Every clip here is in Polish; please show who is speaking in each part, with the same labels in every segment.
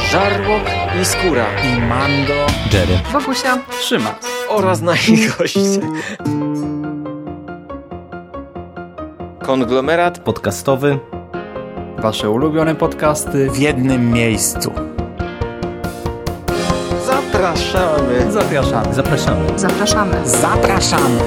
Speaker 1: Żarłok i Skóra
Speaker 2: i Mando,
Speaker 3: Jerry,
Speaker 4: Bogusia,
Speaker 3: Szymas
Speaker 1: oraz nasi goście. Konglomerat
Speaker 3: podcastowy.
Speaker 2: Wasze ulubione podcasty w jednym miejscu.
Speaker 1: Zapraszamy.
Speaker 2: Zapraszamy.
Speaker 3: Zapraszamy.
Speaker 4: zapraszamy.
Speaker 2: Zapraszamy.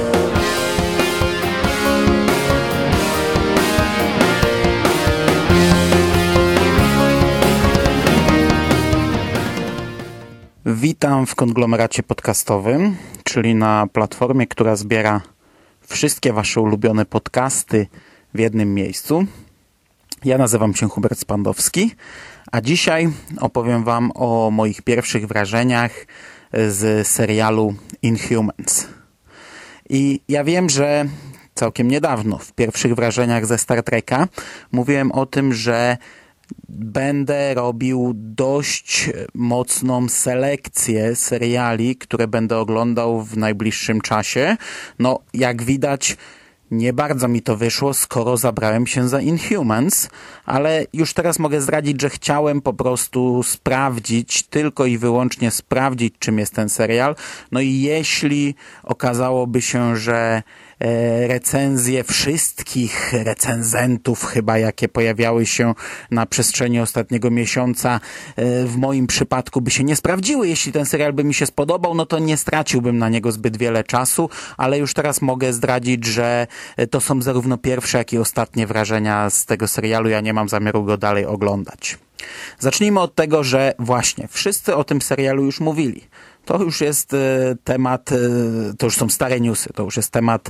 Speaker 2: Witam w konglomeracie podcastowym, czyli na platformie, która zbiera wszystkie wasze ulubione podcasty w jednym miejscu. Ja nazywam się Hubert Spandowski, a dzisiaj opowiem wam o moich pierwszych wrażeniach z serialu Inhumans. I ja wiem, że całkiem niedawno w pierwszych wrażeniach ze Star Treka mówiłem o tym, że będę robił dość mocną selekcję seriali, które będę oglądał w najbliższym czasie. No, jak widać, nie bardzo mi to wyszło, skoro zabrałem się za Inhumans, ale już teraz mogę zdradzić, że chciałem po prostu sprawdzić, tylko i wyłącznie sprawdzić, czym jest ten serial. No i jeśli okazałoby się, że recenzje wszystkich recenzentów chyba, jakie pojawiały się na przestrzeni ostatniego miesiąca, w moim przypadku by się nie sprawdziły. Jeśli ten serial by mi się spodobał, no to nie straciłbym na niego zbyt wiele czasu, ale już teraz mogę zdradzić, że to są zarówno pierwsze, jak i ostatnie wrażenia z tego serialu. Ja nie mam zamiaru go dalej oglądać. Zacznijmy od tego, że właśnie wszyscy o tym serialu już mówili. To już jest temat, to już są stare newsy, to już jest temat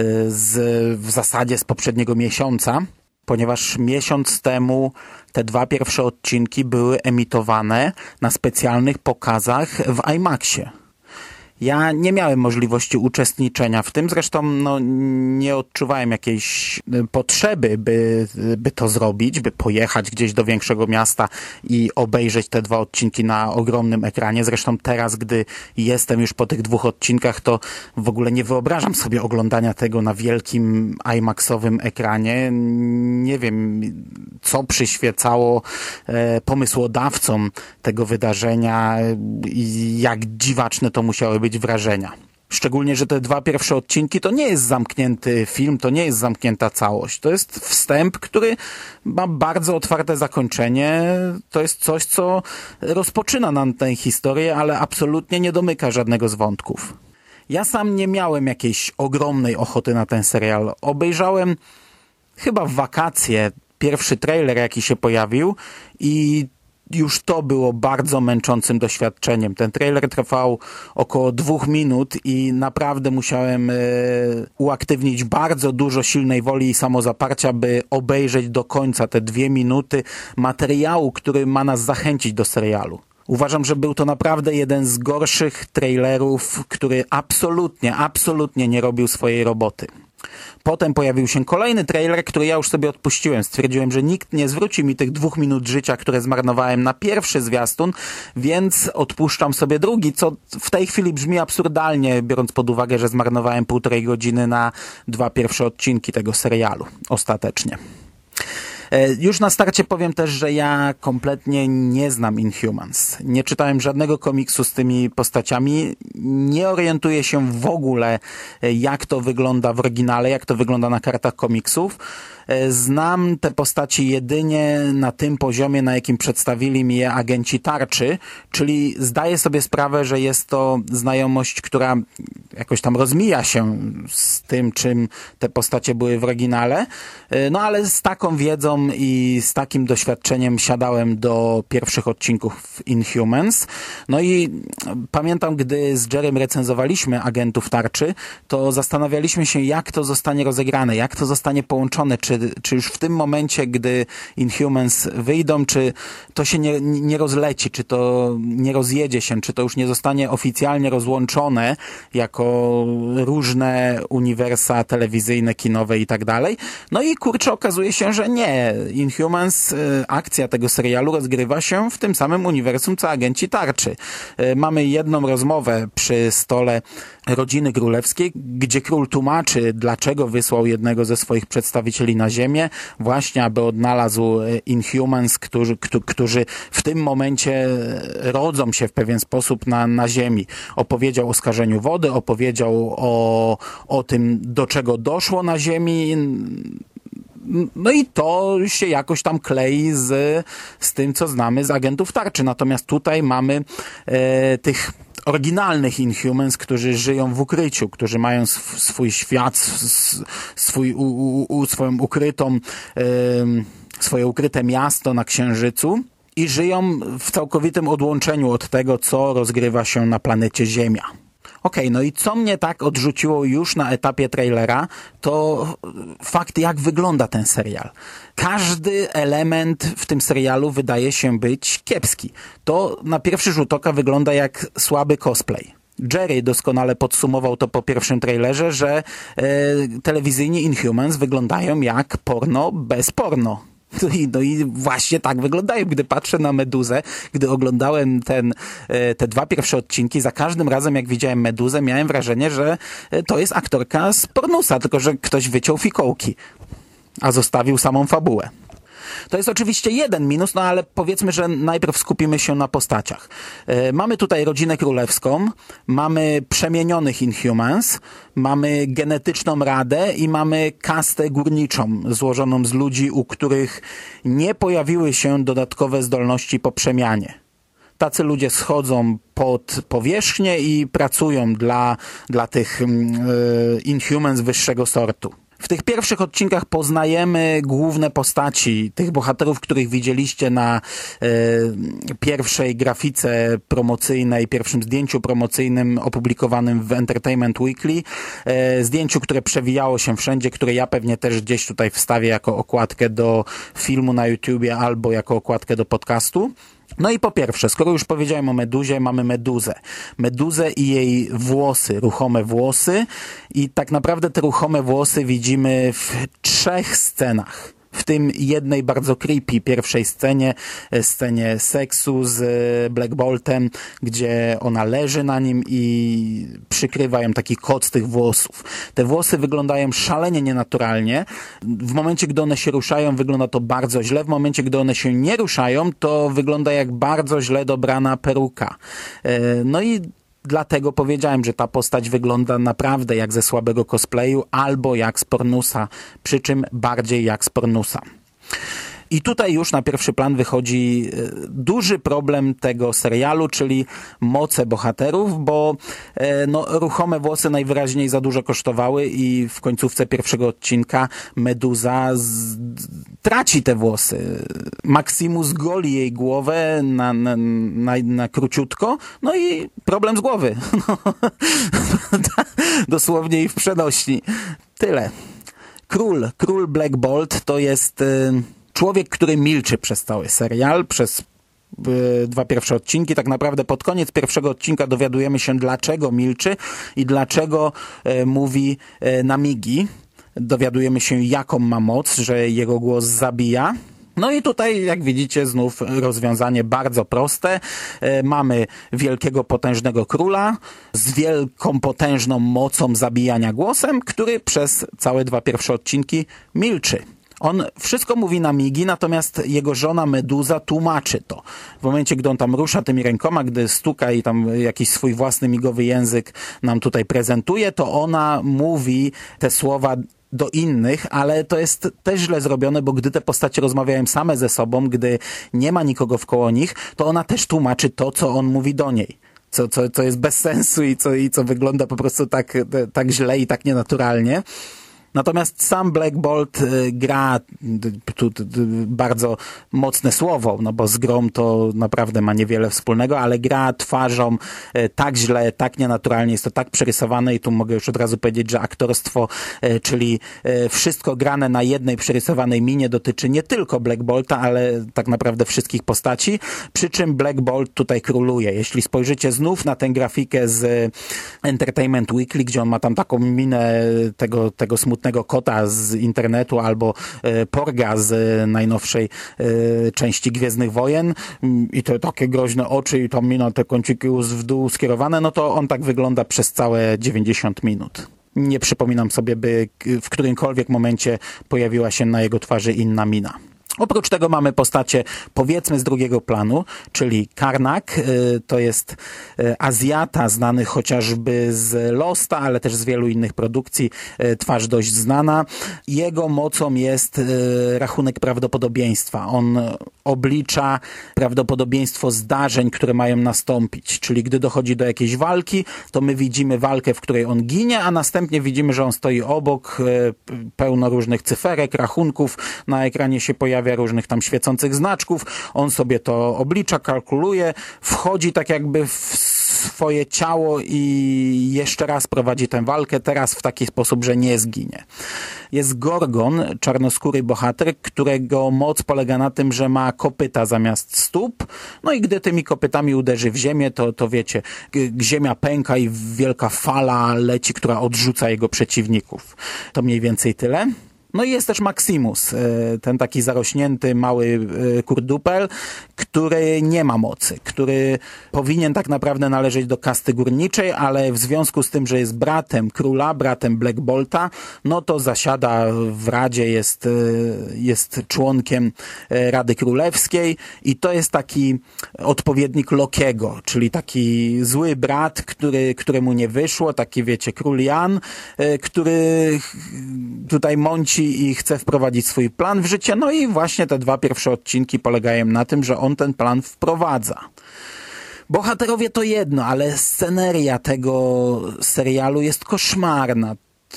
Speaker 2: w zasadzie z poprzedniego miesiąca, ponieważ miesiąc temu te dwa pierwsze odcinki były emitowane na specjalnych pokazach w IMAXie. Ja nie miałem możliwości uczestniczenia w tym, zresztą nie odczuwałem jakiejś potrzeby, by to zrobić, by pojechać gdzieś do większego miasta i obejrzeć te dwa odcinki na ogromnym ekranie. Zresztą teraz, gdy jestem już po tych dwóch odcinkach, to w ogóle nie wyobrażam sobie oglądania tego na wielkim IMAX-owym ekranie. Nie wiem, co przyświecało pomysłodawcom tego wydarzenia i jak dziwaczne to musiały być wrażenia. Szczególnie, że te dwa pierwsze odcinki to nie jest zamknięty film, to nie jest zamknięta całość. To jest wstęp, który ma bardzo otwarte zakończenie. To jest coś, co rozpoczyna nam tę historię, ale absolutnie nie domyka żadnego z wątków. Ja sam nie miałem jakiejś ogromnej ochoty na ten serial. Obejrzałem chyba w wakacje pierwszy trailer, jaki się pojawił i już to było bardzo męczącym doświadczeniem. Ten trailer trwał około 2 minut i naprawdę musiałem uaktywnić bardzo dużo silnej woli i samozaparcia, by obejrzeć do końca te 2 minuty materiału, który ma nas zachęcić do serialu. Uważam, że był to naprawdę jeden z gorszych trailerów, który absolutnie nie robił swojej roboty. Potem pojawił się kolejny trailer, który ja już sobie odpuściłem. Stwierdziłem, że nikt nie zwróci mi tych 2 minut życia, które zmarnowałem na pierwszy zwiastun, więc odpuszczam sobie drugi, co w tej chwili brzmi absurdalnie, biorąc pod uwagę, że zmarnowałem 1,5 godziny na 2 pierwsze odcinki tego serialu ostatecznie. Już na starcie powiem też, że ja kompletnie nie znam Inhumans. Nie czytałem żadnego komiksu z tymi postaciami. Nie orientuję się w ogóle, jak to wygląda w oryginale, jak to wygląda na kartach komiksów. Znam te postaci jedynie na tym poziomie, na jakim przedstawili mi je agenci Tarczy, czyli zdaję sobie sprawę, że jest to znajomość, która jakoś tam rozmija się z tym, czym te postacie były w oryginale, no ale z taką wiedzą i z takim doświadczeniem siadałem do pierwszych odcinków Inhumans. No i pamiętam, gdy z Jerrym recenzowaliśmy agentów Tarczy, to zastanawialiśmy się, jak to zostanie rozegrane, jak to zostanie połączone, czy już w tym momencie, gdy Inhumans wyjdą, czy to się nie rozleci, czy to nie rozjedzie się, czy to już nie zostanie oficjalnie rozłączone jako różne uniwersa telewizyjne, kinowe i tak dalej. No i kurczę, okazuje się, że nie. nie. Inhumans, akcja tego serialu rozgrywa się w tym samym uniwersum, co Agenci Tarczy. Mamy jedną rozmowę przy stole rodziny królewskiej, gdzie król tłumaczy, dlaczego wysłał jednego ze swoich przedstawicieli na ziemię, właśnie aby odnalazł Inhumans, którzy w tym momencie rodzą się w pewien sposób na ziemi. Opowiedział o skażeniu wody, opowiedział o tym, do czego doszło na ziemi. No i to się jakoś tam klei z tym, co znamy z Agentów Tarczy. Natomiast tutaj mamy tych oryginalnych Inhumans, którzy żyją w ukryciu, którzy mają swój świat, swoją ukrytą, swoje ukryte miasto na Księżycu i żyją w całkowitym odłączeniu od tego, co rozgrywa się na planecie Ziemia. Okej, no i co mnie tak odrzuciło już na etapie trailera, to fakt, jak wygląda ten serial. Każdy element w tym serialu wydaje się być kiepski. To na pierwszy rzut oka wygląda jak słaby cosplay. Jerry doskonale podsumował to po pierwszym trailerze, że telewizyjni Inhumans wyglądają jak porno bez porno. No i właśnie tak wyglądają. Gdy patrzę na Meduzę, gdy oglądałem te dwa pierwsze odcinki, za każdym razem jak widziałem Meduzę, miałem wrażenie, że to jest aktorka z pornusa, tylko że ktoś wyciął fikołki, a zostawił samą fabułę. To jest oczywiście jeden minus, no ale powiedzmy, że najpierw skupimy się na postaciach. Mamy tutaj rodzinę królewską, mamy przemienionych Inhumans, mamy genetyczną radę i mamy kastę górniczą złożoną z ludzi, u których nie pojawiły się dodatkowe zdolności po przemianie. Tacy ludzie schodzą pod powierzchnię i pracują dla tych Inhumans wyższego sortu. W tych pierwszych odcinkach poznajemy główne postaci, tych bohaterów, których widzieliście na pierwszej grafice promocyjnej, pierwszym zdjęciu promocyjnym opublikowanym w Entertainment Weekly. Zdjęciu, które przewijało się wszędzie, które ja pewnie też gdzieś tutaj wstawię jako okładkę do filmu na YouTubie albo jako okładkę do podcastu. No i po pierwsze, skoro już powiedziałem o Meduzie, mamy Meduzę. Meduzę i jej włosy, ruchome włosy i tak naprawdę te ruchome włosy widzimy w 3 scenach. W tym jednej bardzo creepy pierwszej scenie seksu z Black Boltem, gdzie ona leży na nim i przykrywa ją taki koc tych włosów. Te włosy wyglądają szalenie nienaturalnie. W momencie, gdy one się ruszają, wygląda to bardzo źle. W momencie, gdy one się nie ruszają, to wygląda jak bardzo źle dobrana peruka. No i dlatego powiedziałem, że ta postać wygląda naprawdę jak ze słabego cosplayu albo jak z pornusa, przy czym bardziej jak z pornusa. I tutaj już na pierwszy plan wychodzi duży problem tego serialu, czyli moce bohaterów, bo ruchome włosy najwyraźniej za dużo kosztowały i w końcówce pierwszego odcinka Meduza traci te włosy. Maximus goli jej głowę na króciutko, no i problem z głowy. Dosłownie i w przenośni. Tyle. Król Black Bolt to jest człowiek, który milczy przez cały serial, przez 2 pierwsze odcinki. Tak naprawdę pod koniec pierwszego odcinka dowiadujemy się, dlaczego milczy i dlaczego mówi na migi. Dowiadujemy się, jaką ma moc, że jego głos zabija. No i tutaj, jak widzicie, znów rozwiązanie bardzo proste. Mamy wielkiego, potężnego króla z wielką, potężną mocą zabijania głosem, który przez całe 2 pierwsze odcinki milczy. On wszystko mówi na migi, natomiast jego żona Meduza tłumaczy to. W momencie, gdy on tam rusza tymi rękoma, gdy stuka i tam jakiś swój własny migowy język nam tutaj prezentuje, to ona mówi te słowa do innych, ale to jest też źle zrobione, bo gdy te postacie rozmawiają same ze sobą, gdy nie ma nikogo wkoło nich, to ona też tłumaczy to, co on mówi do niej. Co jest bez sensu i co wygląda po prostu tak źle i tak nienaturalnie. Natomiast sam Black Bolt gra tu bardzo mocne słowo, no bo z grą to naprawdę ma niewiele wspólnego, ale gra twarzą tak źle, tak nienaturalnie, jest to tak przerysowane i tu mogę już od razu powiedzieć, że aktorstwo, czyli wszystko grane na jednej przerysowanej minie dotyczy nie tylko Black Bolta, ale tak naprawdę wszystkich postaci, przy czym Black Bolt tutaj króluje. Jeśli spojrzycie znów na tę grafikę z Entertainment Weekly, gdzie on ma tam taką minę tego smutnego smutnego kota z internetu albo Porga z najnowszej części Gwiezdnych Wojen i te takie groźne oczy i tam mina te kąciki w dół skierowane, no to on tak wygląda przez całe 90 minut. Nie przypominam sobie, by w którymkolwiek momencie pojawiła się na jego twarzy inna mina. Oprócz tego mamy postacie, powiedzmy, z drugiego planu, czyli Karnak, to jest Azjata znany chociażby z Losta, ale też z wielu innych produkcji, twarz dość znana. Jego mocą jest rachunek prawdopodobieństwa. On oblicza prawdopodobieństwo zdarzeń, które mają nastąpić, czyli gdy dochodzi do jakiejś walki, to my widzimy walkę, w której on ginie, a następnie widzimy, że on stoi obok, pełno różnych cyferek, rachunków, na ekranie się pojawia różnych tam świecących znaczków, on sobie to oblicza, kalkuluje, wchodzi tak jakby w swoje ciało i jeszcze raz prowadzi tę walkę, teraz w taki sposób, że nie zginie. Jest Gorgon, czarnoskóry bohater, którego moc polega na tym, że ma kopyta zamiast stóp, no i gdy tymi kopytami uderzy w ziemię, to wiecie, ziemia pęka i wielka fala leci, która odrzuca jego przeciwników. To mniej więcej tyle. No i jest też Maximus, ten taki zarośnięty, mały kurdupel, który nie ma mocy, który powinien tak naprawdę należeć do kasty górniczej, ale w związku z tym, że jest bratem króla, bratem Black Bolta, no to zasiada w Radzie, jest członkiem Rady Królewskiej i to jest taki odpowiednik Lokiego, czyli taki zły brat, któremu nie wyszło, taki wiecie, król Jan, który tutaj mąci i chce wprowadzić swój plan w życie. No i właśnie te 2 pierwsze odcinki polegają na tym, że on ten plan wprowadza. Bohaterowie to jedno, ale sceneria tego serialu jest koszmarna.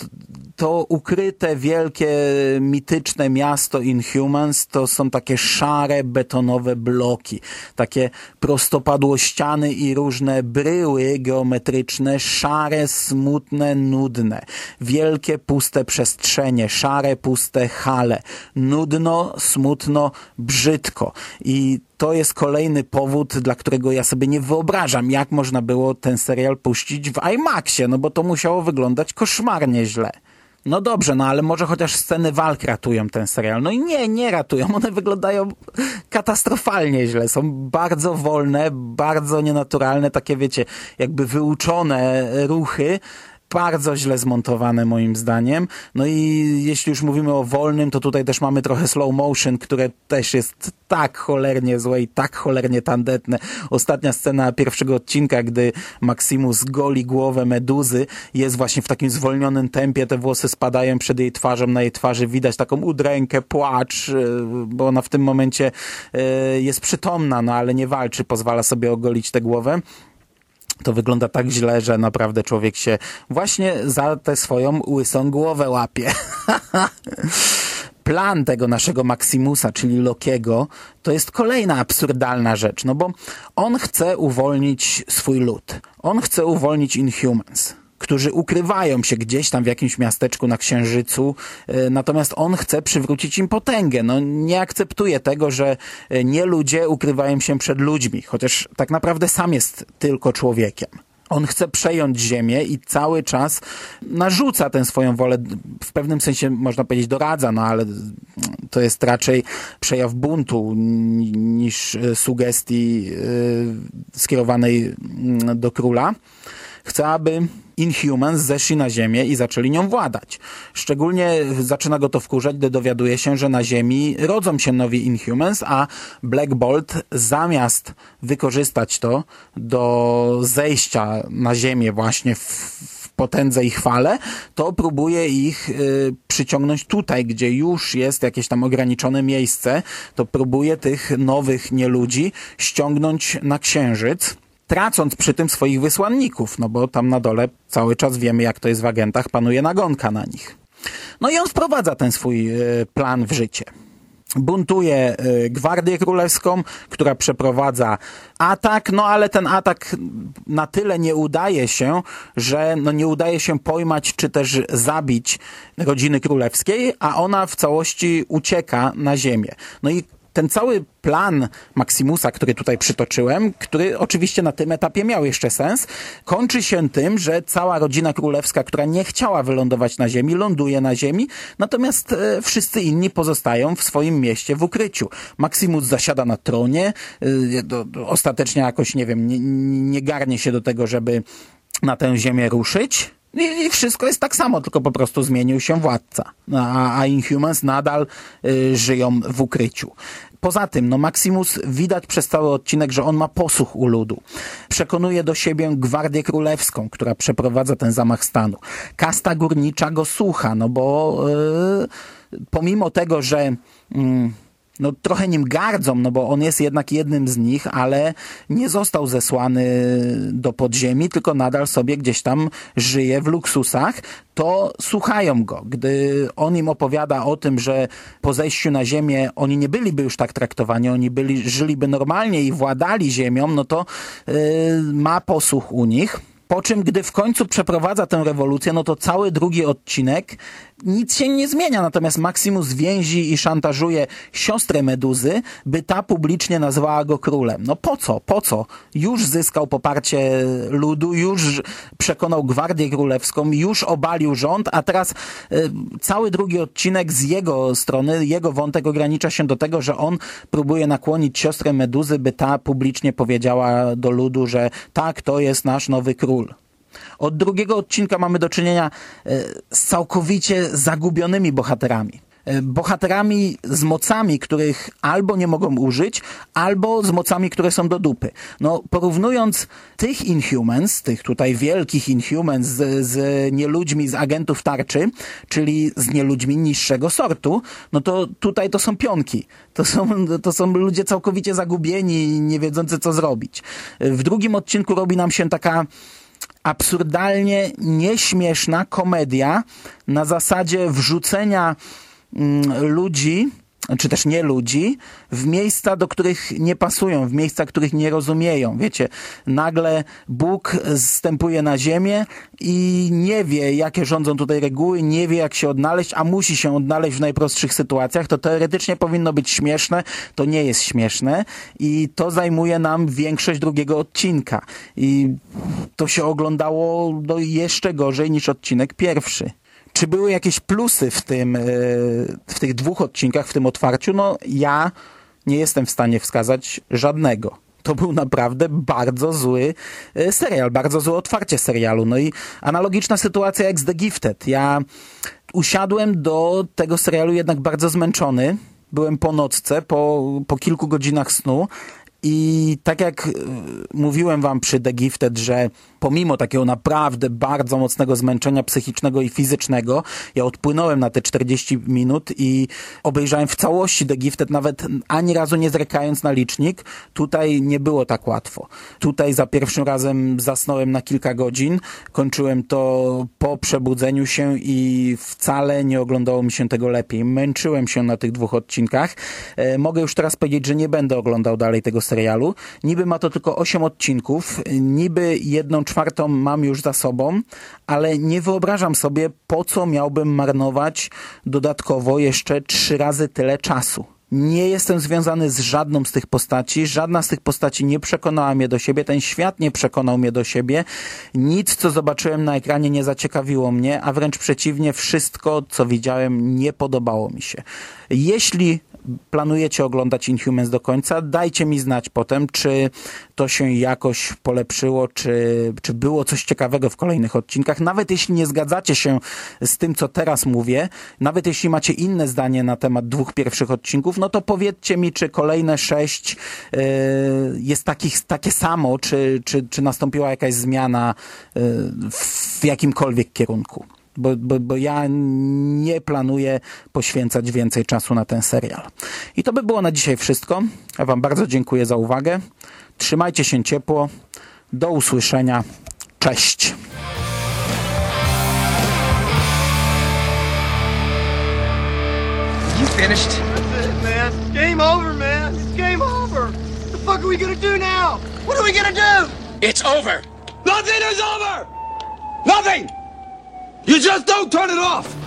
Speaker 2: To ukryte, wielkie, mityczne miasto Inhumans to są takie szare, betonowe bloki. Takie prostopadłościany i różne bryły geometryczne, szare, smutne, nudne. Wielkie, puste przestrzenie, szare, puste hale. Nudno, smutno, brzydko. I to jest kolejny powód, dla którego ja sobie nie wyobrażam, jak można było ten serial puścić w IMAXie, no bo to musiało wyglądać koszmarnie źle. No dobrze, no ale może chociaż sceny walk ratują ten serial. No i nie ratują, one wyglądają katastrofalnie źle, są bardzo wolne, bardzo nienaturalne, takie wiecie, jakby wyuczone ruchy, bardzo źle zmontowane moim zdaniem. No i jeśli już mówimy o wolnym, to tutaj też mamy trochę slow motion, które też jest tak cholernie złe i tak cholernie tandetne. Ostatnia scena pierwszego odcinka, gdy Maximus goli głowę Meduzy, jest właśnie w takim zwolnionym tempie, te włosy spadają przed jej twarzą, na jej twarzy widać taką udrękę, płacz, bo ona w tym momencie jest przytomna, no ale nie walczy, pozwala sobie ogolić tę głowę. To wygląda tak źle, że naprawdę człowiek się właśnie za tę swoją łysą głowę łapie. Plan tego naszego Maximusa, czyli Lokiego, to jest kolejna absurdalna rzecz, no bo on chce uwolnić swój lud. On chce uwolnić Inhumans, którzy ukrywają się gdzieś tam w jakimś miasteczku na Księżycu, natomiast on chce przywrócić im potęgę. No, nie akceptuje tego, że nie ludzie ukrywają się przed ludźmi, chociaż tak naprawdę sam jest tylko człowiekiem. On chce przejąć ziemię i cały czas narzuca tę swoją wolę, w pewnym sensie można powiedzieć doradza, no ale to jest raczej przejaw buntu niż sugestii skierowanej do króla. Chce, aby Inhumans zeszli na ziemię i zaczęli nią władać. Szczególnie zaczyna go to wkurzać, gdy dowiaduje się, że na ziemi rodzą się nowi Inhumans, a Black Bolt zamiast wykorzystać to do zejścia na ziemię właśnie w potędze i chwale, to próbuje ich przyciągnąć tutaj, gdzie już jest jakieś tam ograniczone miejsce, to próbuje tych nowych nieludzi ściągnąć na Księżyc, tracąc przy tym swoich wysłanników, no bo tam na dole cały czas wiemy, jak to jest w agentach, panuje nagonka na nich. No i on wprowadza ten swój plan w życie. Buntuje Gwardię Królewską, która przeprowadza atak, no ale ten atak na tyle nie udaje się, że no nie udaje się pojmać czy też zabić rodziny królewskiej, a ona w całości ucieka na ziemię. No i ten cały plan Maximusa, który tutaj przytoczyłem, który oczywiście na tym etapie miał jeszcze sens, kończy się tym, że cała rodzina królewska, która nie chciała wylądować na ziemi, ląduje na ziemi, natomiast wszyscy inni pozostają w swoim mieście w ukryciu. Maximus zasiada na tronie, ostatecznie jakoś, nie wiem, nie garnie się do tego, żeby na tę ziemię ruszyć. I wszystko jest tak samo, tylko po prostu zmienił się władca. A Inhumans nadal żyją w ukryciu. Poza tym, Maximus widać przez cały odcinek, że on ma posłuch u ludu. Przekonuje do siebie Gwardię Królewską, która przeprowadza ten zamach stanu. Kasta górnicza go słucha, bo pomimo tego, że trochę nim gardzą, bo on jest jednak jednym z nich, ale nie został zesłany do podziemi, tylko nadal sobie gdzieś tam żyje w luksusach, to słuchają go. Gdy on im opowiada o tym, że po zejściu na ziemię oni nie byliby już tak traktowani, oni żyliby normalnie i władali ziemią, to ma posłuch u nich. Po czym, gdy w końcu przeprowadza tę rewolucję, to cały drugi odcinek nic się nie zmienia. Natomiast Maximus więzi i szantażuje siostrę Meduzy, by ta publicznie nazwała go królem. Po co? Już zyskał poparcie ludu, już przekonał Gwardię Królewską, już obalił rząd, a teraz cały drugi odcinek z jego strony, jego wątek ogranicza się do tego, że on próbuje nakłonić siostrę Meduzy, by ta publicznie powiedziała do ludu, że tak, to jest nasz nowy król. Od drugiego odcinka mamy do czynienia z całkowicie zagubionymi bohaterami. Bohaterami z mocami, których albo nie mogą użyć, albo z mocami, które są do dupy. Porównując tych Inhumans, tych tutaj wielkich Inhumans z nieludźmi z agentów tarczy, czyli z nieludźmi niższego sortu, to tutaj to są pionki. To są ludzie całkowicie zagubieni, nie wiedzący co zrobić. W drugim odcinku robi nam się taka absurdalnie nieśmieszna komedia na zasadzie wrzucenia ludzi, czy też nie ludzi, w miejsca, do których nie pasują, w miejsca, których nie rozumieją. Wiecie, nagle Bóg zstępuje na ziemię i nie wie, jakie rządzą tutaj reguły, nie wie, jak się odnaleźć, a musi się odnaleźć w najprostszych sytuacjach. To teoretycznie powinno być śmieszne, to nie jest śmieszne i to zajmuje nam większość drugiego odcinka. I to się oglądało jeszcze gorzej niż odcinek pierwszy. Czy były jakieś plusy w tych dwóch odcinkach, w tym otwarciu? Ja nie jestem w stanie wskazać żadnego. To był naprawdę bardzo zły serial, bardzo złe otwarcie serialu. I analogiczna sytuacja jak z The Gifted. Ja usiadłem do tego serialu jednak bardzo zmęczony. Byłem po nocce, po kilku godzinach snu. I tak jak mówiłem wam przy The Gifted, że pomimo takiego naprawdę bardzo mocnego zmęczenia psychicznego i fizycznego, ja odpłynąłem na te 40 minut i obejrzałem w całości The Gifted, nawet ani razu nie zerkając na licznik. Tutaj nie było tak łatwo. Tutaj za pierwszym razem zasnąłem na kilka godzin, kończyłem to po przebudzeniu się i wcale nie oglądało mi się tego lepiej. Męczyłem się na tych dwóch odcinkach. Mogę już teraz powiedzieć, że nie będę oglądał dalej tego serialu. Niby ma to tylko 8 odcinków, niby 1/4 mam już za sobą, ale nie wyobrażam sobie, po co miałbym marnować dodatkowo jeszcze 3 razy tyle czasu. Nie jestem związany z żadną z tych postaci, żadna z tych postaci nie przekonała mnie do siebie, ten świat nie przekonał mnie do siebie, nic co zobaczyłem na ekranie nie zaciekawiło mnie, a wręcz przeciwnie, wszystko co widziałem nie podobało mi się. Jeśli planujecie oglądać Inhumans do końca, dajcie mi znać potem, czy to się jakoś polepszyło, czy było coś ciekawego w kolejnych odcinkach. Nawet jeśli nie zgadzacie się z tym, co teraz mówię, nawet jeśli macie inne zdanie na temat 2 pierwszych odcinków, to powiedzcie mi, czy kolejne 6 jest takie samo, czy nastąpiła jakaś zmiana w jakimkolwiek kierunku. Bo ja nie planuję poświęcać więcej czasu na ten serial. I to by było na dzisiaj wszystko. Ja wam bardzo dziękuję za uwagę. Trzymajcie się ciepło. Do usłyszenia. Cześć.
Speaker 1: You finished?
Speaker 3: That's it, man. Game over, man. It's game over. What the fuck are we gonna do now? What are we gonna do?
Speaker 4: It's over.
Speaker 3: Nothing is over! Nothing! You just don't turn it off!